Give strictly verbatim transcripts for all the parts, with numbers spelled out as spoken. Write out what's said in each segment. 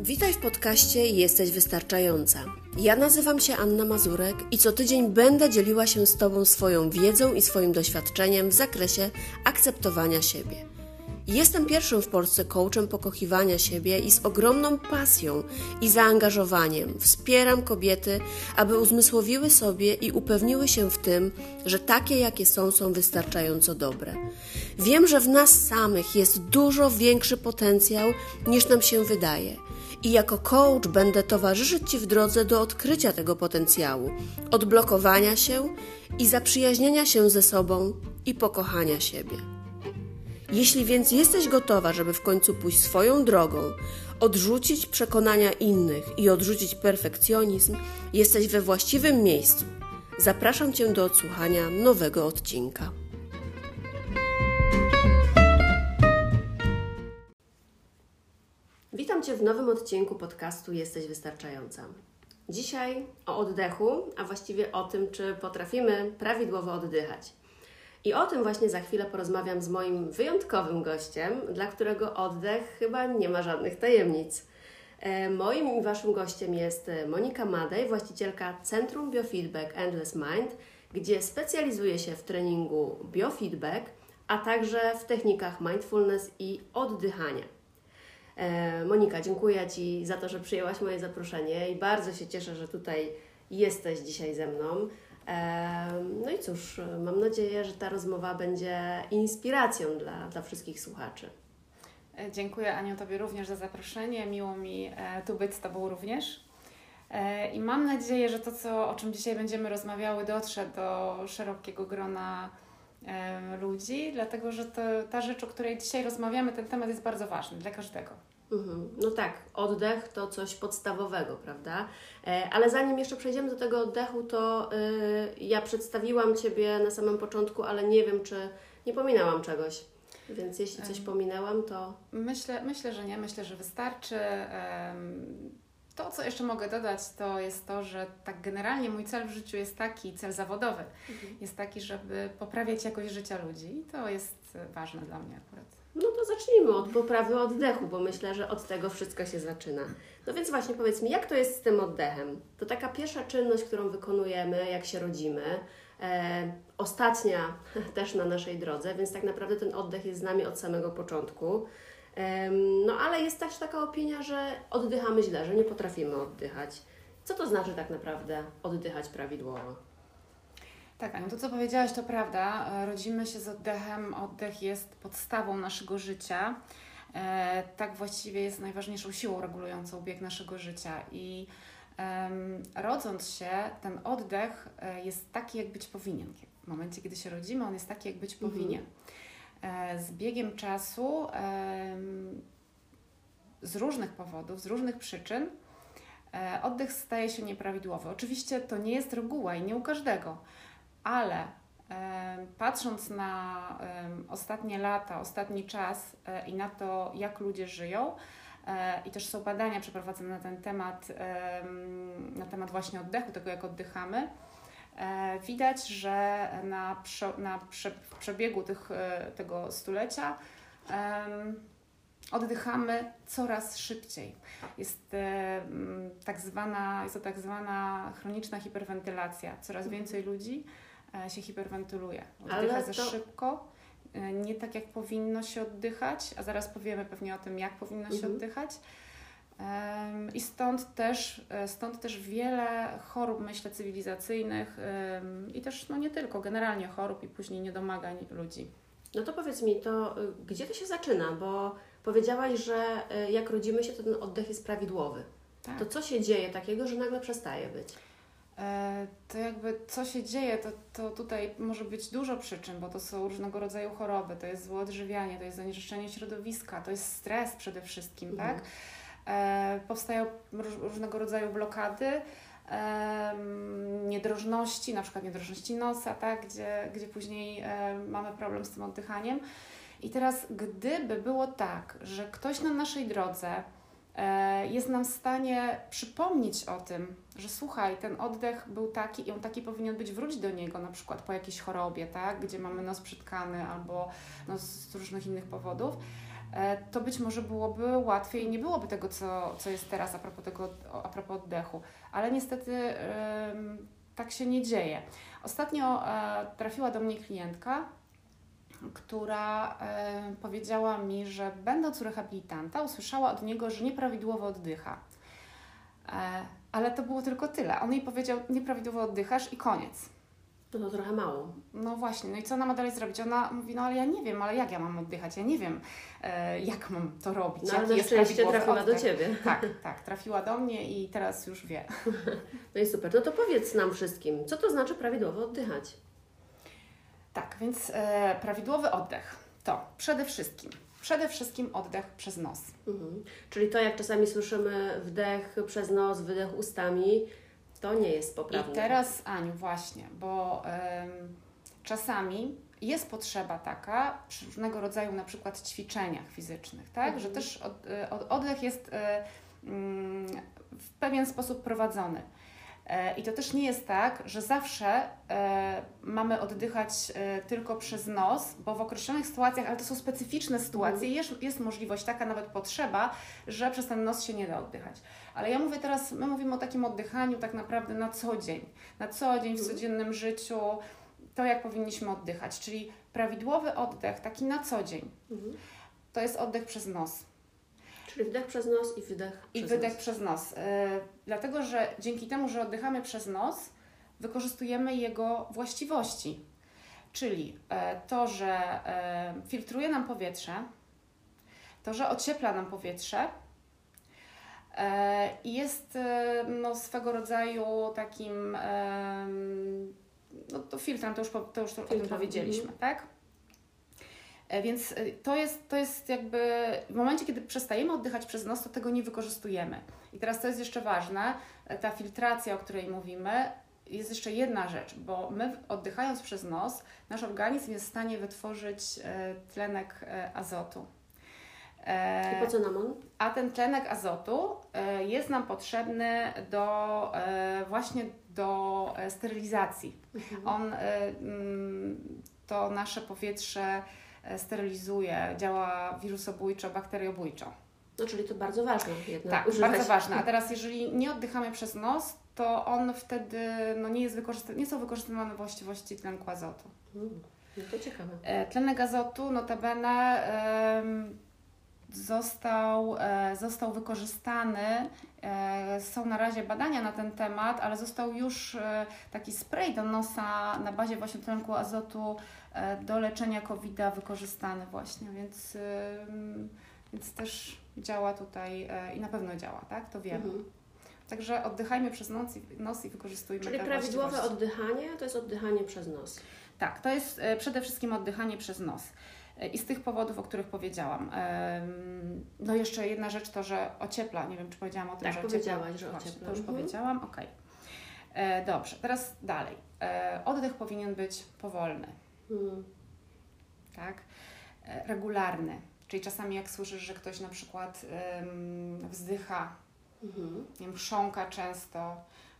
Witaj w podcaście Jesteś Wystarczająca. Ja nazywam się Anna Mazurek i co tydzień będę dzieliła się z Tobą swoją wiedzą i swoim doświadczeniem w zakresie akceptowania siebie. Jestem pierwszym w Polsce coachem pokochiwania siebie i z ogromną pasją i zaangażowaniem wspieram kobiety, aby uzmysłowiły sobie i upewniły się w tym, że takie jakie są, są wystarczająco dobre. Wiem, że w nas samych jest dużo większy potencjał niż nam się wydaje. I jako coach będę towarzyszyć Ci w drodze do odkrycia tego potencjału, odblokowania się i zaprzyjaźnienia się ze sobą i pokochania siebie. Jeśli więc jesteś gotowa, żeby w końcu pójść swoją drogą, odrzucić przekonania innych i odrzucić perfekcjonizm, jesteś we właściwym miejscu. Zapraszam Cię do odsłuchania nowego odcinka. Witam Cię w nowym odcinku podcastu Jesteś Wystarczająca. Dzisiaj o oddechu, a właściwie o tym, czy potrafimy prawidłowo oddychać. I o tym właśnie za chwilę porozmawiam z moim wyjątkowym gościem, dla którego oddech chyba nie ma żadnych tajemnic. Moim i Waszym gościem jest Monika Madej, właścicielka Centrum Biofeedback Endless Mind, gdzie specjalizuje się w treningu biofeedback, a także w technikach mindfulness i oddychania. Monika, dziękuję Ci za to, że przyjęłaś moje zaproszenie i bardzo się cieszę, że tutaj jesteś dzisiaj ze mną. No i cóż, mam nadzieję, że ta rozmowa będzie inspiracją dla, dla wszystkich słuchaczy. Dziękuję Aniu Tobie również za zaproszenie, miło mi tu być z Tobą również. I mam nadzieję, że to, co, o czym dzisiaj będziemy rozmawiały, dotrze do szerokiego grona ludzi, dlatego że to, ta rzecz, o której dzisiaj rozmawiamy, ten temat jest bardzo ważny dla każdego. Mhm. No tak, oddech to coś podstawowego, prawda? Ale zanim jeszcze przejdziemy do tego oddechu, to yy, ja przedstawiłam Ciebie na samym początku, ale nie wiem, czy nie pominęłam czegoś. Więc jeśli coś pominęłam, to... Myślę, myślę, że nie. Myślę, że wystarczy. To, co jeszcze mogę dodać, to jest to, że tak generalnie mój cel w życiu jest taki, cel zawodowy, mhm. jest taki, żeby poprawiać jakość życia ludzi. To jest ważne dla mnie akurat. No to zacznijmy od poprawy oddechu, bo myślę, że od tego wszystko się zaczyna. No więc właśnie powiedz mi, jak to jest z tym oddechem? To taka pierwsza czynność, którą wykonujemy, jak się rodzimy. E, ostatnia też na naszej drodze, więc tak naprawdę ten oddech jest z nami od samego początku. E, no ale jest też taka opinia, że oddychamy źle, że nie potrafimy oddychać. Co to znaczy tak naprawdę oddychać prawidłowo? Tak, Aniu, to co powiedziałaś to prawda. Rodzimy się z oddechem. Oddech jest podstawą naszego życia. E, tak właściwie jest najważniejszą siłą regulującą bieg naszego życia. I e, rodząc się, ten oddech jest taki, jak być powinien. W momencie, kiedy się rodzimy, on jest taki, jak być mhm. powinien. E, z biegiem czasu, e, z różnych powodów, z różnych przyczyn, e, oddech staje się nieprawidłowy. Oczywiście to nie jest reguła i nie u każdego. Ale e, patrząc na e, ostatnie lata, ostatni czas e, i na to, jak ludzie żyją, e, i też są badania przeprowadzone na ten temat, e, na temat właśnie oddechu, tego jak oddychamy, e, widać, że na, prze, na prze, w przebiegu tych, e, tego stulecia e, oddychamy coraz szybciej. Jest, e, tak zwana, jest to tak zwana chroniczna hiperwentylacja. Coraz więcej ludzi się hiperwentyluje. Oddycha za to... szybko, nie tak jak powinno się oddychać, a zaraz powiemy pewnie o tym, jak powinno mhm. się oddychać. Um, I stąd też, stąd też wiele chorób, myślę, cywilizacyjnych um, i też, no nie tylko, generalnie chorób i później niedomagań ludzi. No to powiedz mi, to gdzie to się zaczyna? Bo powiedziałaś, że jak rodzimy się, to ten oddech jest prawidłowy. Tak. To co się dzieje takiego, że nagle przestaje być? To jakby co się dzieje, to, to tutaj może być dużo przyczyn, bo to są różnego rodzaju choroby, to jest złe odżywianie, to jest zanieczyszczenie środowiska, to jest stres przede wszystkim, mhm. tak? E, powstają róż, różnego rodzaju blokady, e, niedrożności, na przykład niedrożności nosa, tak? Gdzie, gdzie później e, mamy problem z tym oddychaniem. I teraz gdyby było tak, że ktoś na naszej drodze jest nam w stanie przypomnieć o tym, że słuchaj, ten oddech był taki i on taki powinien być, wróć do niego na przykład po jakiejś chorobie, tak, gdzie mamy nos przytkany albo no, z różnych innych powodów, to być może byłoby łatwiej i nie byłoby tego, co, co jest teraz a propos, tego, a propos oddechu. Ale niestety tak się nie dzieje. Ostatnio trafiła do mnie klientka, która powiedziała mi, że będąc u rehabilitanta usłyszała od niego, że nieprawidłowo oddycha. Ale to było tylko tyle. On jej powiedział, nieprawidłowo oddychasz i koniec. No to trochę mało. No właśnie, no i co ona ma dalej zrobić? Ona mówi, no ale ja nie wiem, ale jak ja mam oddychać? Ja nie wiem, e, jak mam to robić. No ale na szczęście trafiła do Ciebie. Tak, tak, trafiła do mnie i teraz już wie. No i super. No to powiedz nam wszystkim, co to znaczy prawidłowo oddychać? Tak, więc e, prawidłowy oddech to przede wszystkim, przede wszystkim oddech przez nos. Mhm. Czyli to, jak czasami słyszymy wdech przez nos, wydech ustami, to nie jest poprawne. I teraz, Aniu, właśnie, bo ym, czasami jest potrzeba taka przy różnego rodzaju na przykład ćwiczeniach fizycznych, tak? Mhm. Że też od, od, oddech jest y, y, w pewien sposób prowadzony. I to też nie jest tak, że zawsze e, mamy oddychać e, tylko przez nos, bo w określonych sytuacjach, ale to są specyficzne sytuacje, jest, jest możliwość, taka nawet potrzeba, że przez ten nos się nie da oddychać. Ale ja mówię teraz, my mówimy o takim oddychaniu tak naprawdę na co dzień. Na co dzień, w codziennym życiu, to jak powinniśmy oddychać. Czyli prawidłowy oddech, taki na co dzień, to jest oddech przez nos. Czyli wdech przez nos i wydech I przez wydech nos. przez nos. Yy, dlatego, że dzięki temu, że oddychamy przez nos, wykorzystujemy jego właściwości. Czyli yy, to, że yy, filtruje nam powietrze, to, że ociepla nam powietrze i yy, jest yy, no, swego rodzaju takim yy, no, to filtrem, to już, to już filtrem. o tym powiedzieliśmy, mm. tak? Więc to jest, to jest jakby w momencie, kiedy przestajemy oddychać przez nos, to tego nie wykorzystujemy. I teraz to jest jeszcze ważne, ta filtracja, o której mówimy, jest jeszcze jedna rzecz, bo my oddychając przez nos, nasz organizm jest w stanie wytworzyć tlenek azotu. I po co nam on? A ten tlenek azotu jest nam potrzebny do właśnie do sterylizacji. Mhm. On to nasze powietrze sterylizuje, działa wirusobójczo, bakteriobójczo. No czyli to bardzo ważne jednak. Tak, używać. Bardzo ważne. A teraz jeżeli nie oddychamy przez nos, to on wtedy no, nie, jest wykorzysta- nie są wykorzystywane właściwości tlenku azotu. Hmm, no to ciekawe. Tlenek azotu notabene ym, został, e, został wykorzystany, e, są na razie badania na ten temat, ale został już e, taki spray do nosa na bazie właśnie tlenku azotu e, do leczenia kowida wykorzystany właśnie, więc, y, więc też działa tutaj e, i na pewno działa, tak? To wiemy. Mhm. Także oddychajmy przez nos i, nos i wykorzystujmy Czyli te prawidłowe oddychanie to jest oddychanie przez nos. Tak, to jest e, przede wszystkim oddychanie przez nos. I z tych powodów, o których powiedziałam. No jeszcze jedna rzecz to, że ociepla. Nie wiem, czy powiedziałam o tym, tak, że powiedziałaś, ociepla. że Właśnie, ociepla. to już mhm. powiedziałam, okej. Okay. Dobrze, teraz dalej. Oddech powinien być powolny. Mhm. Tak? Regularny. Czyli czasami jak słyszysz, że ktoś na przykład um, wzdycha, mhm. nie wiem, chrząka często,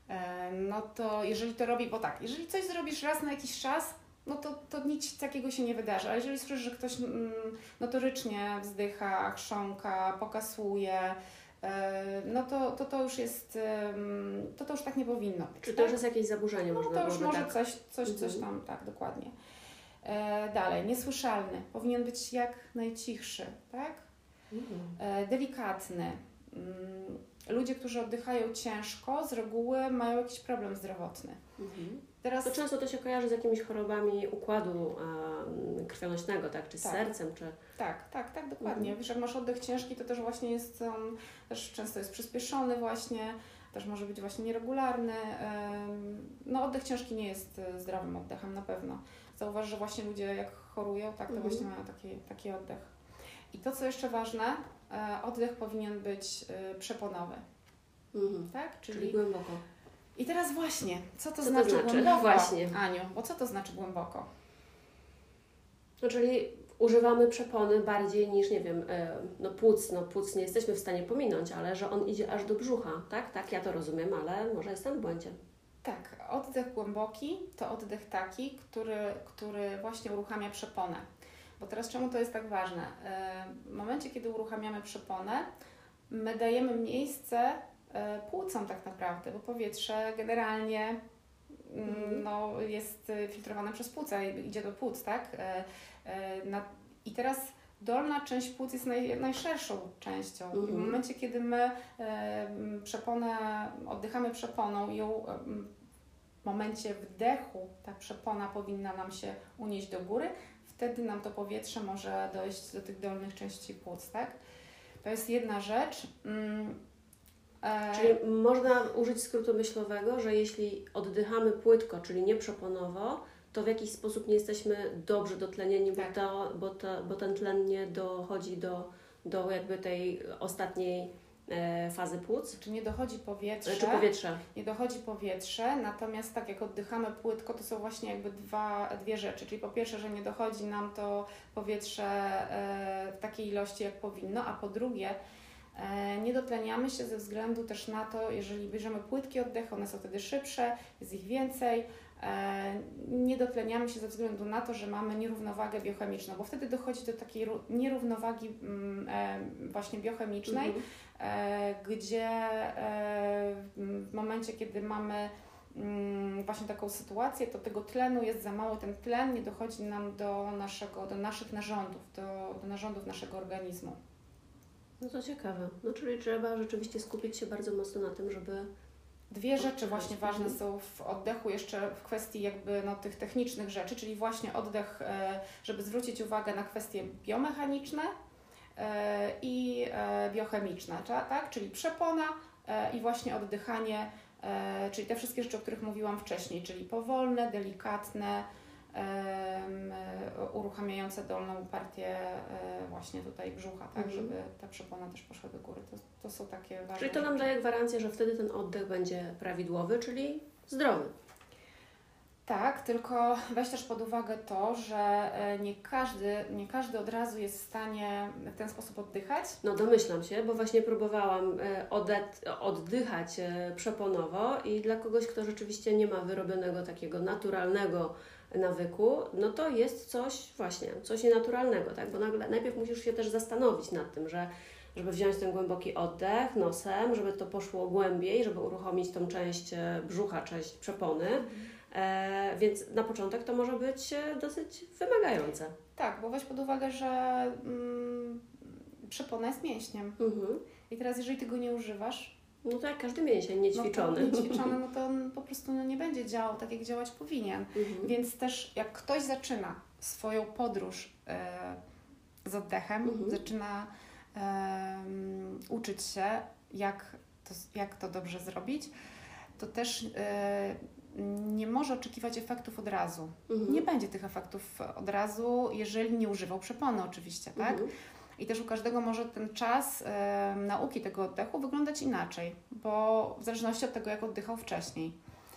no to jeżeli to robi, bo tak, jeżeli coś zrobisz raz na jakiś czas, no to, to nic takiego się nie wydarzy. A jeżeli słyszysz, że ktoś mm, notorycznie wzdycha, chrząka, pokasuje, yy, no to, to to już jest, yy, to to już tak nie powinno być. Czy to tak? już jest jakieś zaburzenie? No można to już może tak? coś, coś, mhm. coś tam, tak, dokładnie. Yy, dalej, niesłyszalny. Powinien być jak najcichszy, tak? Mhm. Yy, delikatny. Yy, ludzie, którzy oddychają ciężko, z reguły mają jakiś problem zdrowotny. Mhm. Teraz... To często to się kojarzy z jakimiś chorobami układu um, krwionośnego, tak? Czy z tak. sercem, czy... Tak, tak, tak, dokładnie. Mhm. Wiesz, jak masz oddech ciężki, to też właśnie jest, um, też często jest przyspieszony właśnie, też może być właśnie nieregularny. Um, no oddech ciężki nie jest zdrowym oddechem na pewno. Zauważ, że właśnie ludzie jak chorują, tak, to mhm. właśnie mają taki, taki oddech. I to, co jeszcze ważne, e, oddech powinien być e, przeponowy. Mhm. Tak? Czyli... Czyli głęboko. I teraz właśnie, co to, co znaczy, to znaczy głęboko, właśnie. Aniu? Bo co to znaczy głęboko? No czyli używamy przepony bardziej niż, nie wiem, no płuc, no płuc nie jesteśmy w stanie pominąć, ale że on idzie aż do brzucha, tak? Tak, ja to rozumiem, ale może jestem w błędzie. Tak, oddech głęboki to oddech taki, który, który właśnie uruchamia przeponę. Bo teraz czemu to jest tak ważne? W momencie, kiedy uruchamiamy przeponę, my dajemy miejsce płucom tak naprawdę, bo powietrze generalnie mhm. no, jest filtrowane przez płuca i idzie do płuc, tak? I teraz dolna część płuc jest naj, najszerszą częścią. Mhm. I w momencie, kiedy my przeponę, oddychamy przeponą i ją w momencie wdechu ta przepona powinna nam się unieść do góry, wtedy nam to powietrze może dojść do tych dolnych części płuc, tak? To jest jedna rzecz. Czyli można użyć skrótu myślowego, że jeśli oddychamy płytko, czyli nieprzeponowo, to w jakiś sposób nie jesteśmy dobrze dotlenieni, tak. bo, to, bo, to, bo ten tlen nie dochodzi do, do jakby tej ostatniej e, fazy płuc. Czy nie dochodzi powietrze? Czy powietrze? Nie dochodzi powietrze, natomiast tak jak oddychamy płytko, to są właśnie jakby dwa, dwie rzeczy. Czyli po pierwsze, że nie dochodzi nam to powietrze e, w takiej ilości, jak powinno, a po drugie, e, nie dotleniamy się ze względu też na to, jeżeli bierzemy płytkie oddechy, one są wtedy szybsze, jest ich więcej. Nie dotleniamy się ze względu na to, że mamy nierównowagę biochemiczną, bo wtedy dochodzi do takiej nierównowagi właśnie biochemicznej, mhm. gdzie w momencie, kiedy mamy właśnie taką sytuację, to tego tlenu jest za mało, ten tlen nie dochodzi nam do, naszego, do naszych narządów, do, do narządów naszego organizmu. No to ciekawe. No czyli trzeba rzeczywiście skupić się bardzo mocno na tym, żeby Dwie rzeczy właśnie ważne są w oddechu, jeszcze w kwestii jakby no, tych technicznych rzeczy, czyli właśnie oddech, żeby zwrócić uwagę na kwestie biomechaniczne i biochemiczne, tak? Czyli przepona i właśnie oddychanie, czyli te wszystkie rzeczy, o których mówiłam wcześniej, czyli powolne, delikatne, uruchamiające dolną partię właśnie tutaj brzucha, tak, mhm. żeby ta przepona też poszła do góry. To, to są takie ważne Czyli to nam rzeczy. daje gwarancję, że wtedy ten oddech będzie prawidłowy, czyli zdrowy. Tak, tylko weź też pod uwagę to, że nie każdy, nie każdy od razu jest w stanie w ten sposób oddychać. No domyślam się, bo właśnie próbowałam oddychać przeponowo i dla kogoś, kto rzeczywiście nie ma wyrobionego takiego naturalnego nawyku, no to jest coś właśnie, coś nienaturalnego, tak? Bo nagle, najpierw musisz się też zastanowić nad tym, że żeby wziąć ten głęboki oddech nosem, żeby to poszło głębiej, żeby uruchomić tą część brzucha, część przepony, e, więc na początek to może być dosyć wymagające. Tak, bo weź pod uwagę, że mm, przepona jest mięśniem. Mhm. I teraz jeżeli Ty go nie używasz, no to jak każdy mięsień niećwiczony. No to niećwiczony, no to on po prostu no, nie będzie działał tak, jak działać powinien. Mhm. Więc też jak ktoś zaczyna swoją podróż e, z oddechem, mhm. zaczyna e, uczyć się, jak to, jak to dobrze zrobić, to też e, nie może oczekiwać efektów od razu. Mhm. Nie będzie tych efektów od razu, jeżeli nie używał przepony oczywiście, tak? Mhm. I też u każdego może ten czas e, nauki tego oddechu wyglądać inaczej, bo w zależności od tego, jak oddychał wcześniej.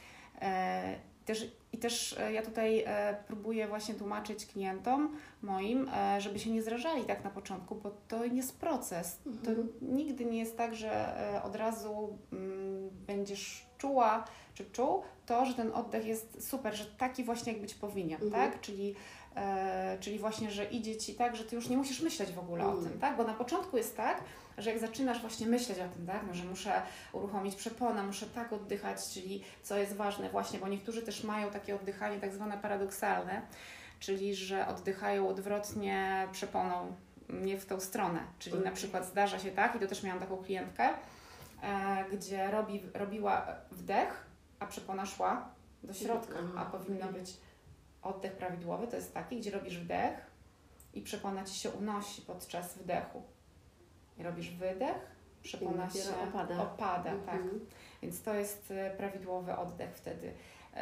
E, też, I też e, ja tutaj e, próbuję właśnie tłumaczyć klientom moim, e, żeby się nie zrażali tak na początku, bo to jest proces. Mhm. To nigdy nie jest tak, że e, od razu mm, będziesz czuła czy czuł to, że ten oddech jest super, że taki właśnie jak być powinien, mhm. tak? Czyli E, czyli właśnie, że idzie Ci tak, że Ty już nie musisz myśleć w ogóle mm. o tym, tak? Bo na początku jest tak, że jak zaczynasz właśnie myśleć o tym, tak? No, że muszę uruchomić przeponę, muszę tak oddychać, czyli co jest ważne właśnie, bo niektórzy też mają takie oddychanie tak zwane paradoksalne, czyli że oddychają odwrotnie przeponą, nie w tą stronę, czyli mm. na przykład zdarza się tak, i to też miałam taką klientkę, e, gdzie robi, robiła wdech, a przepona szła do środka, mm. a powinno być oddech prawidłowy, to jest taki, gdzie robisz wdech i przepona Ci się unosi podczas wdechu. I robisz wydech, przepona się opada, opada mm-hmm. tak. Więc to jest prawidłowy oddech wtedy.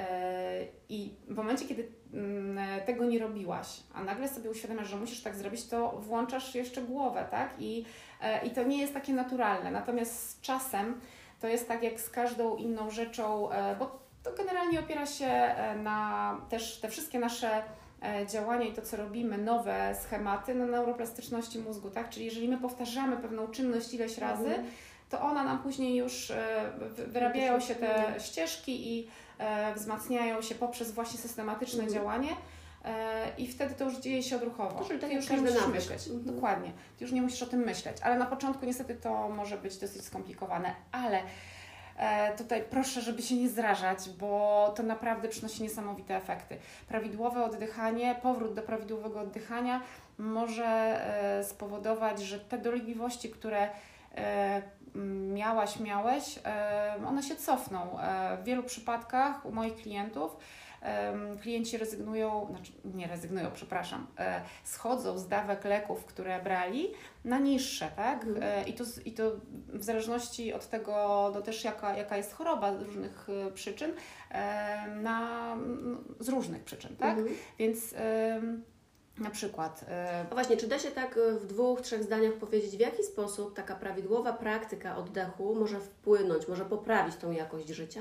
I w momencie, kiedy tego nie robiłaś, a nagle sobie uświadamiasz, że musisz tak zrobić, to włączasz jeszcze głowę, tak? I, i to nie jest takie naturalne. Natomiast z czasem to jest tak jak z każdą inną rzeczą, bo to generalnie opiera się na też te wszystkie nasze działania i to, co robimy, nowe schematy na neuroplastyczności mózgu, tak? Czyli jeżeli my powtarzamy pewną czynność ileś razy, to ona nam później już wyrabiają się te ścieżki i wzmacniają się poprzez właśnie systematyczne mhm. działanie i wtedy to już dzieje się odruchowo. Czyli tak ty jak już nie każdy musisz nawyk. myśleć. Mhm. Dokładnie. Ty już nie musisz o tym myśleć, ale na początku niestety to może być dosyć skomplikowane, ale tutaj proszę, żeby się nie zrażać, bo to naprawdę przynosi niesamowite efekty. Prawidłowe oddychanie, powrót do prawidłowego oddychania może spowodować, że te dolegliwości, które miałaś, miałeś, one się cofną. W wielu przypadkach u moich klientów klienci rezygnują, znaczy nie rezygnują, przepraszam, schodzą z dawek leków, które brali, na niższe, tak? Mhm. I, to, I to w zależności od tego, no też jaka, jaka jest choroba z różnych przyczyn, na, z różnych przyczyn, tak? Mhm. Więc na przykład... A właśnie, czy da się tak w dwóch, trzech zdaniach powiedzieć, w jaki sposób taka prawidłowa praktyka oddechu może wpłynąć, może poprawić tą jakość życia?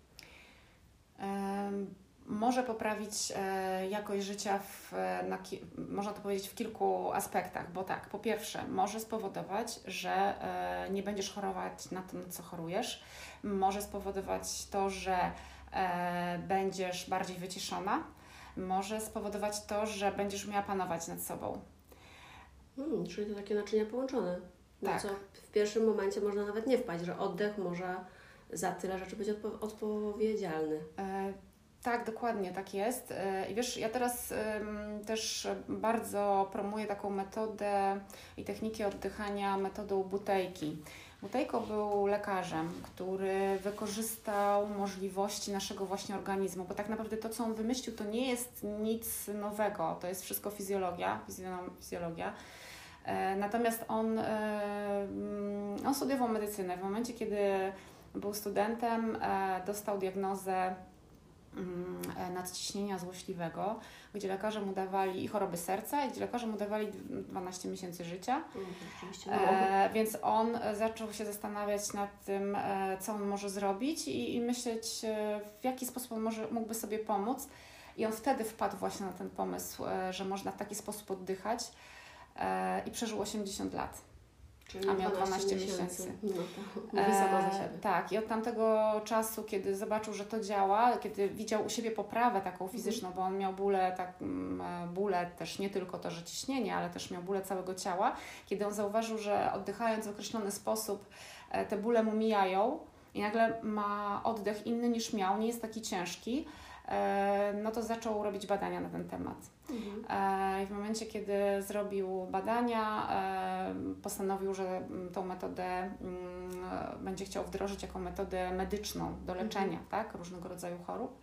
Um, może poprawić e, jakość życia, w, na, można to powiedzieć, w kilku aspektach, bo tak, po pierwsze, może spowodować, że e, nie będziesz chorować na to, na co chorujesz. Może spowodować to, że e, będziesz bardziej wyciszona. Może spowodować to, że będziesz umiała panować nad sobą. Hmm, czyli to takie naczynia połączone. No tak. Co w pierwszym momencie można nawet nie wpaść, że oddech może za tyle rzeczy być odpo- odpowiedzialny. E, tak, dokładnie, tak jest. E, I wiesz, ja teraz e, też bardzo promuję taką metodę i technikę oddychania, metodą Butejki. Butejko był lekarzem, który wykorzystał możliwości naszego właśnie organizmu, bo tak naprawdę to, co on wymyślił, to nie jest nic nowego, to jest wszystko fizjologia, fizjologia. E, natomiast on, e, on studiował medycynę. W momencie, kiedy był studentem, e, dostał diagnozę nadciśnienia złośliwego, gdzie lekarze mu dawali i choroby serca, gdzie lekarze mu dawali dwanaście miesięcy życia. E, więc on zaczął się zastanawiać nad tym, e, co on może zrobić i, i myśleć, e, w jaki sposób on może, mógłby sobie pomóc. I on wtedy wpadł właśnie na ten pomysł, e, że można w taki sposób oddychać e, i przeżył osiemdziesiąt lat. Czyli a miał dwanaście miesięcy. No to mówi sama za siebie. E, tak, i od tamtego czasu, kiedy zobaczył, że to działa, kiedy widział u siebie poprawę taką fizyczną, mm. bo on miał bóle, tak, bóle też nie tylko to, że ciśnienie, ale też miał bóle całego ciała, kiedy on zauważył, że oddychając w określony sposób te bóle mu mijają i nagle ma oddech inny niż miał, nie jest taki ciężki, e, no to zaczął robić badania na ten temat. Mhm. I w momencie, kiedy zrobił badania, postanowił, że tą metodę będzie chciał wdrożyć jako metodę medyczną do leczenia, mhm. tak, różnego rodzaju chorób.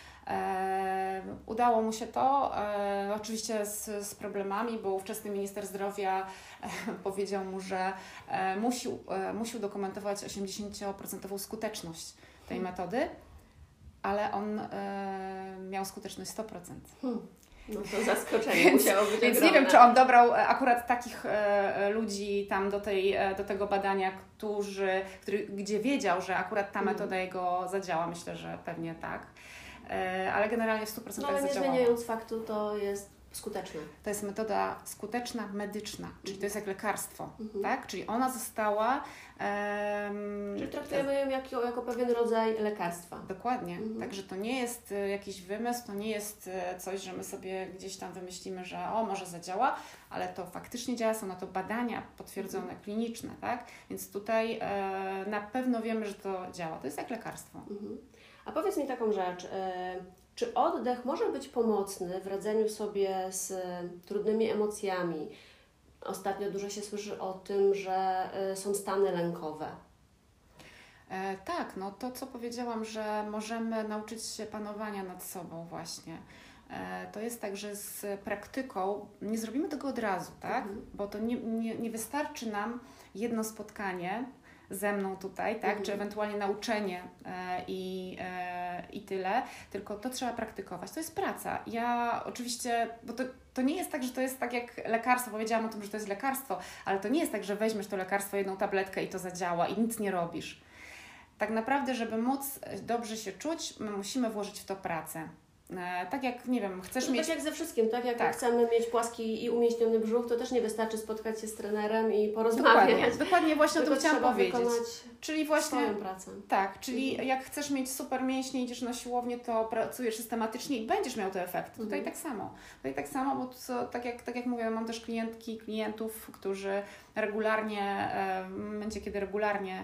Udało mu się to, oczywiście z, z problemami, bo ówczesny minister zdrowia powiedział mu, że musił, musił dokumentować osiemdziesięcioprocentową skuteczność tej hmm. metody, ale on miał skuteczność sto procent. Hmm. No to zaskoczenie musiało być Więc ogromne. Nie wiem, czy on dobrał akurat takich e, ludzi tam do, tej, e, do tego badania, którzy, który, gdzie wiedział, że akurat ta metoda mm. jego zadziała. Myślę, że pewnie tak. E, ale generalnie w stu procentach no, ale nie zadziałało. zmieniając faktu, to jest skuteczne. To jest metoda skuteczna, medyczna, czyli mm. to jest jak lekarstwo, mm-hmm. tak? Czyli ona została... Um, czyli traktujemy ją jako, jako pewien rodzaj lekarstwa. Dokładnie. Mm-hmm. Także to nie jest jakiś wymysł, to nie jest coś, że my sobie gdzieś tam wymyślimy, że o, może zadziała, ale to faktycznie działa, są na to badania potwierdzone, mm-hmm. kliniczne, tak? Więc tutaj e, na pewno wiemy, że to działa. To jest jak lekarstwo. Mm-hmm. A powiedz mi taką rzecz, e, czy oddech może być pomocny w radzeniu sobie z trudnymi emocjami? Ostatnio dużo się słyszy o tym, że są stany lękowe. E, tak, no to co powiedziałam, że możemy nauczyć się panowania nad sobą właśnie. E, to jest tak, że z praktyką nie zrobimy tego od razu, tak? Mhm. Bo to nie, nie, nie wystarczy nam jedno spotkanie ze mną tutaj, tak? Mhm. Czy ewentualnie nauczenie e, i, e, i tyle, tylko to trzeba praktykować. To jest praca. Ja oczywiście, bo to, to nie jest tak, że to jest tak jak lekarstwo, powiedziałam o tym, że to jest lekarstwo, ale to nie jest tak, że weźmiesz to lekarstwo, jedną tabletkę i to zadziała i nic nie robisz. Tak naprawdę, żeby móc dobrze się czuć, my musimy włożyć w to pracę. Tak jak, nie wiem, chcesz to mieć... Tak jak ze wszystkim, tak? Jak tak. chcemy mieć płaski i umieśniony brzuch, to też nie wystarczy spotkać się z trenerem i porozmawiać. Dokładnie, dokładnie właśnie o tym chciałam trzeba powiedzieć. wykonać Czyli właśnie swoją pracę. Tak, czyli mhm. jak chcesz mieć super mięśnie, idziesz na siłownię, to pracujesz systematycznie i będziesz miał te efekty. Mhm. Tutaj tak samo. Tutaj tak samo, bo to, tak, jak, tak jak mówię, mam też klientki, klientów, którzy regularnie, w momencie kiedy regularnie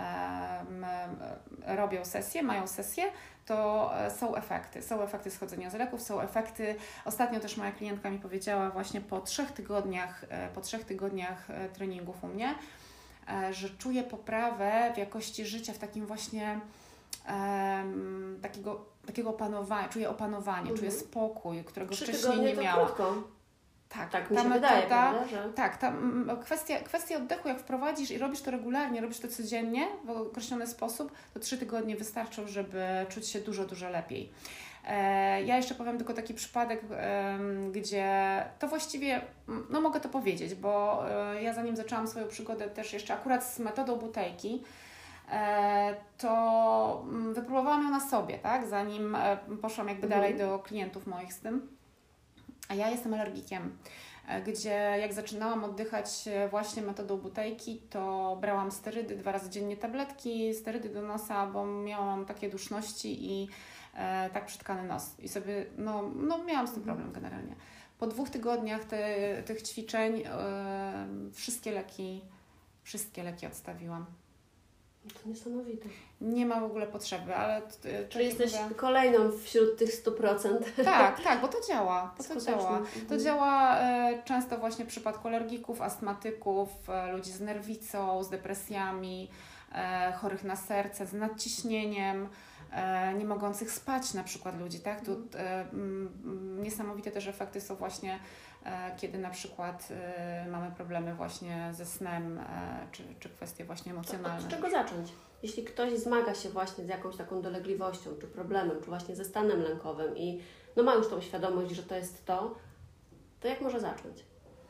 robią sesje, mają sesje, to są efekty. Są efekty schodzenia z leków, są efekty. Ostatnio też moja klientka mi powiedziała właśnie po trzech tygodniach, po trzech tygodniach treningów u mnie, że czuje poprawę w jakości życia, w takim właśnie um, takiego, takiego opanowania, czuje opanowanie, mhm. czuje spokój, którego Trzy wcześniej nie to miała. Krótko. Tak, tak ta mi się metoda, wydaje, prawda, że... tak, ta kwestia, kwestia oddechu, jak wprowadzisz i robisz to regularnie, robisz to codziennie w określony sposób, to trzy tygodnie wystarczą, żeby czuć się dużo, dużo lepiej. E, ja jeszcze powiem tylko taki przypadek, e, gdzie to właściwie, no mogę to powiedzieć, bo e, ja zanim zaczęłam swoją przygodę też jeszcze akurat z metodą Buteyki, e, to wypróbowałam ją na sobie, tak, zanim e, poszłam jakby mhm. dalej do klientów moich z tym. A ja jestem alergikiem, gdzie jak zaczynałam oddychać właśnie metodą Buteyki, to brałam sterydy, dwa razy dziennie tabletki, sterydy do nosa, bo miałam takie duszności i e, tak przytkany nos. I sobie, no, no miałam z tym problem generalnie. Po dwóch tygodniach te, tych ćwiczeń e, wszystkie leki, wszystkie leki odstawiłam. To niesamowite. Nie ma w ogóle potrzeby, ale... Czyli jesteś mówię... kolejną wśród tych stu procent. Tak, tak, bo to działa. Bo to działa. To działa e, często właśnie w przypadku alergików, astmatyków, e, ludzi z nerwicą, z depresjami, e, chorych na serce, z nadciśnieniem, e, nie mogących spać na przykład ludzi, tak? Tu e, m, niesamowite też efekty są właśnie kiedy na przykład y, mamy problemy właśnie ze snem, y, czy, czy kwestie właśnie emocjonalne. Od czego zacząć? Jeśli ktoś zmaga się właśnie z jakąś taką dolegliwością, czy problemem, czy właśnie ze stanem lękowym i no ma już tą świadomość, że to jest to, to jak może zacząć?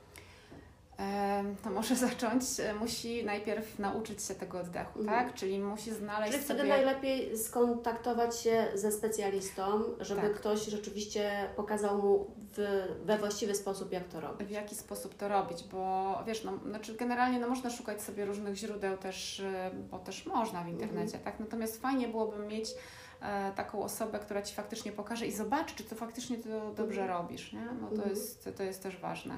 To może zacząć, musi najpierw nauczyć się tego oddechu, mhm. tak? Czyli musi znaleźć Czyli sobie... wtedy najlepiej skontaktować się ze specjalistą, żeby tak. ktoś rzeczywiście pokazał mu w, we właściwy sposób, jak to robić. W jaki sposób to robić, bo wiesz, no, znaczy generalnie no, można szukać sobie różnych źródeł też, bo też można w internecie, mhm. tak? Natomiast fajnie byłoby mieć e, taką osobę, która Ci faktycznie pokaże i zobaczy, czy to faktycznie to dobrze mhm. robisz, nie? No to, mhm. jest, to jest też ważne.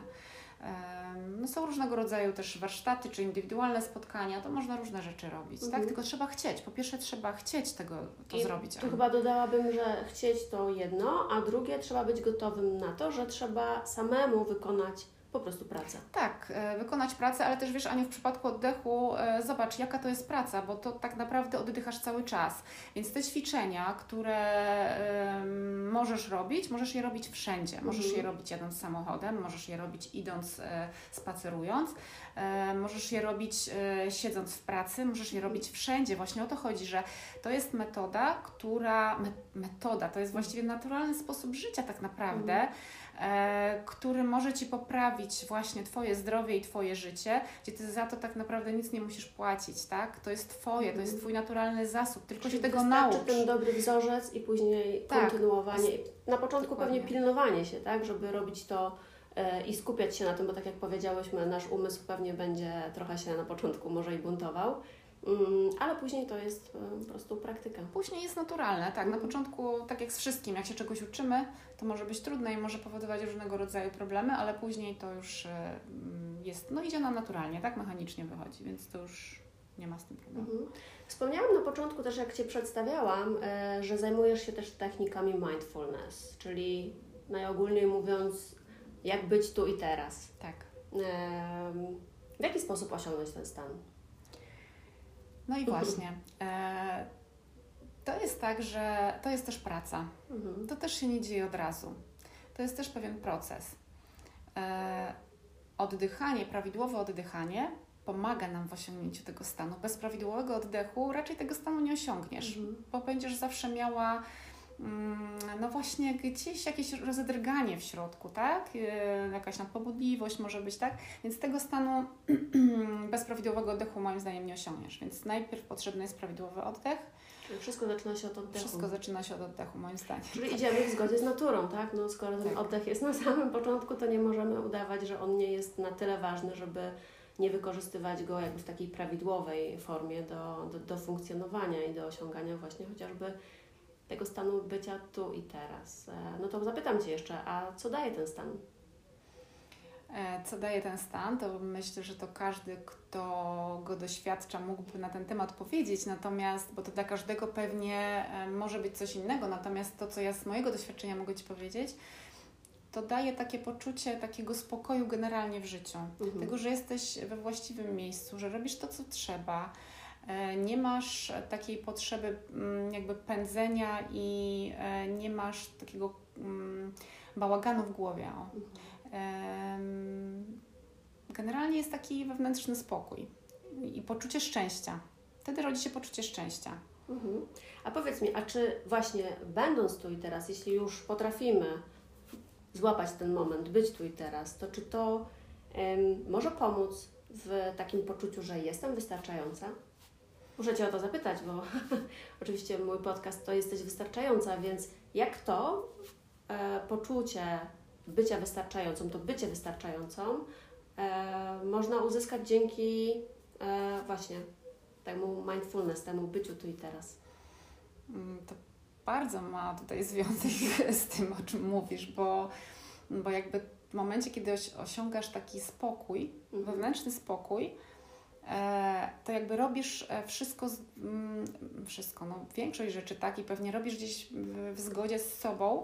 No są różnego rodzaju też warsztaty, czy indywidualne spotkania, to można różne rzeczy robić, mhm. tak? Tylko trzeba chcieć. Po pierwsze trzeba chcieć tego to I zrobić. Tu chyba dodałabym, że chcieć to jedno, a drugie trzeba być gotowym na to, że trzeba samemu wykonać po prostu pracę. Tak, e, wykonać pracę, ale też wiesz, Aniu, w przypadku oddechu e, zobacz, jaka to jest praca, bo to tak naprawdę oddychasz cały czas. Więc te ćwiczenia, które e, możesz robić, możesz je robić wszędzie. Mhm. Możesz je robić jadąc samochodem, możesz je robić idąc, e, spacerując, e, możesz je robić e, siedząc w pracy, możesz je robić wszędzie. Właśnie o to chodzi, że to jest metoda, która, me, metoda, to jest właściwie naturalny sposób życia tak naprawdę, mhm. E, który może Ci poprawić właśnie Twoje zdrowie i Twoje życie, gdzie Ty za to tak naprawdę nic nie musisz płacić, tak? To jest Twoje, to jest Twój naturalny zasób, tylko Czyli się tego naucz. Wystarczy ten dobry wzorzec i później tak. kontynuowanie. Na początku Dokładnie. pewnie pilnowanie się, tak? Żeby robić to e, i skupiać się na tym, bo tak jak powiedziałyśmy, nasz umysł pewnie będzie trochę się na początku może i buntował. Um, ale później to jest um, po prostu praktyka. Później jest naturalne, tak. Na początku, tak jak z wszystkim, jak się czegoś uczymy, to może być trudne i może powodować różnego rodzaju problemy, ale później to już um, jest, no idzie nam naturalnie, tak, mechanicznie wychodzi, więc to już nie ma z tym problemu. Mhm. Wspomniałam na początku też, jak Cię przedstawiałam, e, że zajmujesz się też technikami mindfulness, czyli najogólniej mówiąc, jak być tu i teraz. Tak. E, w jaki sposób osiągnąć ten stan? No i właśnie, e, to jest tak, że to jest też praca. Mhm. To też się nie dzieje od razu. To jest też pewien proces. E, oddychanie, prawidłowe oddychanie pomaga nam w osiągnięciu tego stanu. Bez prawidłowego oddechu raczej tego stanu nie osiągniesz, mhm. bo będziesz zawsze miała no właśnie gdzieś jakieś rozedrganie w środku, tak? Jakaś nadpobudliwość może być, tak? Więc tego stanu bez prawidłowego oddechu moim zdaniem nie osiągniesz. Więc najpierw potrzebny jest prawidłowy oddech. Czyli wszystko zaczyna się od oddechu. Wszystko zaczyna się od oddechu moim zdaniem. Czyli idziemy w zgodzie z naturą, tak? No skoro ten tak. oddech jest na samym początku, to nie możemy udawać, że on nie jest na tyle ważny, żeby nie wykorzystywać go jakby w takiej prawidłowej formie do, do, do funkcjonowania i do osiągania właśnie chociażby tego stanu bycia tu i teraz. No to zapytam Cię jeszcze, a co daje ten stan? Co daje ten stan, to myślę, że to każdy, kto go doświadcza, mógłby na ten temat powiedzieć, natomiast, bo to dla każdego pewnie może być coś innego, natomiast to, co ja z mojego doświadczenia mogę Ci powiedzieć, to daje takie poczucie takiego spokoju generalnie w życiu. Mhm. Tego, że jesteś we właściwym miejscu, że robisz to, co trzeba, nie masz takiej potrzeby jakby pędzenia i nie masz takiego bałaganu w głowie. O. Generalnie jest taki wewnętrzny spokój i poczucie szczęścia. Wtedy rodzi się poczucie szczęścia. Mhm. A powiedz mi, a czy właśnie będąc tu i teraz, jeśli już potrafimy złapać ten moment, być tu i teraz, to czy to um, może pomóc w takim poczuciu, że jestem wystarczająca? Muszę Cię o to zapytać, bo oczywiście mój podcast to Jesteś Wystarczająca, więc jak to e, poczucie bycia wystarczającą, to bycie wystarczającą e, można uzyskać dzięki e, właśnie temu mindfulness, temu byciu tu i teraz? To bardzo ma tutaj związek z tym, o czym mówisz, bo, bo jakby w momencie, kiedy osiągasz taki spokój, mhm. wewnętrzny spokój, e, to jakby robisz wszystko, z, mm, wszystko, no większość rzeczy tak i pewnie robisz gdzieś w, w zgodzie z sobą,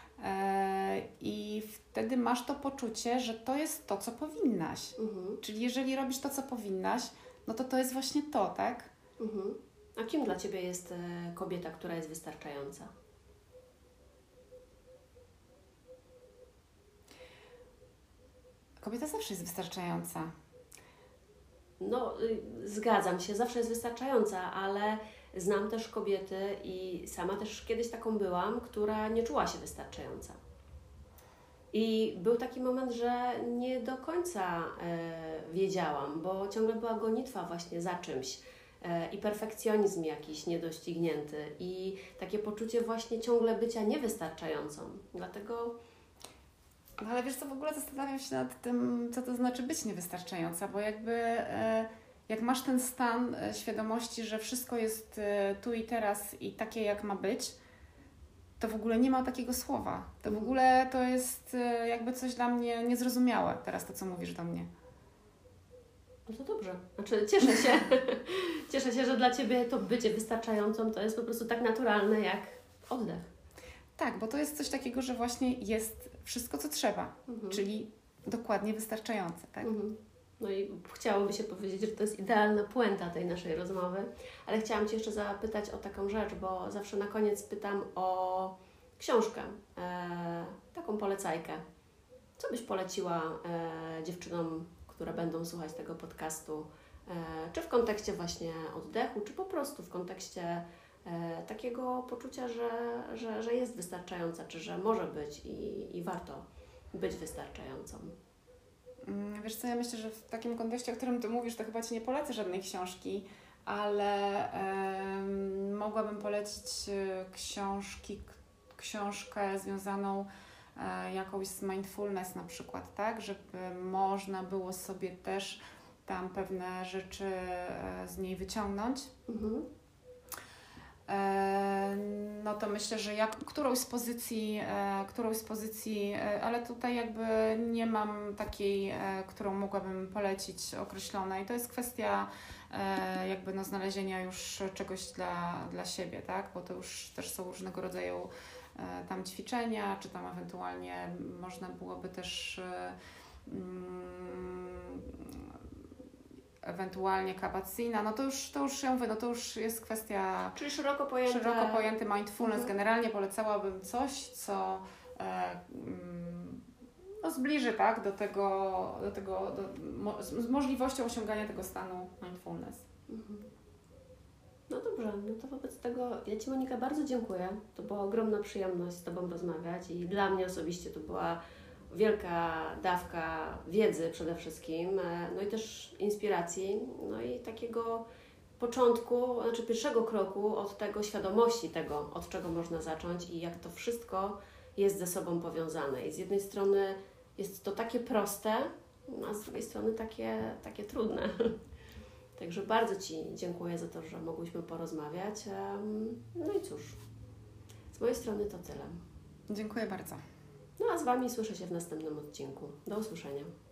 i wtedy masz to poczucie, że to jest to, co powinnaś. Mhm. Czyli jeżeli robisz to, co powinnaś, no to to jest właśnie to, tak? Mhm. A kim dla Ciebie jest kobieta, która jest wystarczająca? Kobieta zawsze jest wystarczająca. No, zgadzam się, zawsze jest wystarczająca, ale znam też kobiety i sama też kiedyś taką byłam, która nie czuła się wystarczająca. I był taki moment, że nie do końca e, wiedziałam, bo ciągle była gonitwa właśnie za czymś e, i perfekcjonizm jakiś niedoścignięty i takie poczucie właśnie ciągle bycia niewystarczającą. Dlatego... No ale wiesz co, w ogóle zastanawiam się nad tym, co to znaczy być niewystarczająca, bo jakby... E... Jak masz ten stan świadomości, że wszystko jest tu i teraz i takie jak ma być, to w ogóle nie ma takiego słowa. To w ogóle to jest jakby coś dla mnie niezrozumiałe teraz to, co mówisz do mnie. No to dobrze. Znaczy cieszę się, cieszę się, że dla Ciebie to bycie wystarczającą to jest po prostu tak naturalne jak oddech. Tak, bo to jest coś takiego, że właśnie jest wszystko, co trzeba, mhm. czyli dokładnie wystarczające, tak? Mhm. No i chciałoby się powiedzieć, że to jest idealna puenta tej naszej rozmowy, ale chciałam Cię jeszcze zapytać o taką rzecz, bo zawsze na koniec pytam o książkę, e, taką polecajkę. Co byś poleciła e, dziewczynom, które będą słuchać tego podcastu, e, czy w kontekście właśnie oddechu, czy po prostu w kontekście e, takiego poczucia, że, że, że jest wystarczająca, czy że może być i, i warto być wystarczającą? Wiesz co, ja myślę, że w takim kontekście, o którym Ty mówisz, to chyba Ci nie polecę żadnej książki, ale y, mogłabym polecić książki, książkę związaną y, jakąś z mindfulness na przykład, tak? Żeby można było sobie też tam pewne rzeczy y, z niej wyciągnąć. Mhm. No to myślę, że jak którąś z pozycji, którąś z pozycji, ale tutaj jakby nie mam takiej, którą mogłabym polecić określonej. To jest kwestia jakby no znalezienia już czegoś dla, dla siebie, tak? Bo to już też są różnego rodzaju tam ćwiczenia, czy tam ewentualnie można byłoby też mm, ewentualnie kabat-zina, no to już, to już ja mówię, no to już jest kwestia... Czyli szeroko pojęte... Szeroko pojęty mindfulness. Mhm. Generalnie polecałabym coś, co e, no zbliży, tak, do tego, do tego do, mo, z, z możliwością osiągania tego stanu mindfulness. Mhm. No to Dobrze, no to wobec tego ja Ci, Monika, bardzo dziękuję. To była ogromna przyjemność z Tobą rozmawiać i dla mnie osobiście to była wielka dawka wiedzy przede wszystkim, no i też inspiracji, no i takiego początku, znaczy pierwszego kroku od tego, świadomości tego, od czego można zacząć i jak to wszystko jest ze sobą powiązane. I z jednej strony jest to takie proste, a z drugiej strony takie, takie trudne. Także bardzo Ci dziękuję za to, że mogłyśmy porozmawiać. No i cóż, z mojej strony to tyle. Dziękuję bardzo. No a z Wami słyszę się w następnym odcinku. Do usłyszenia.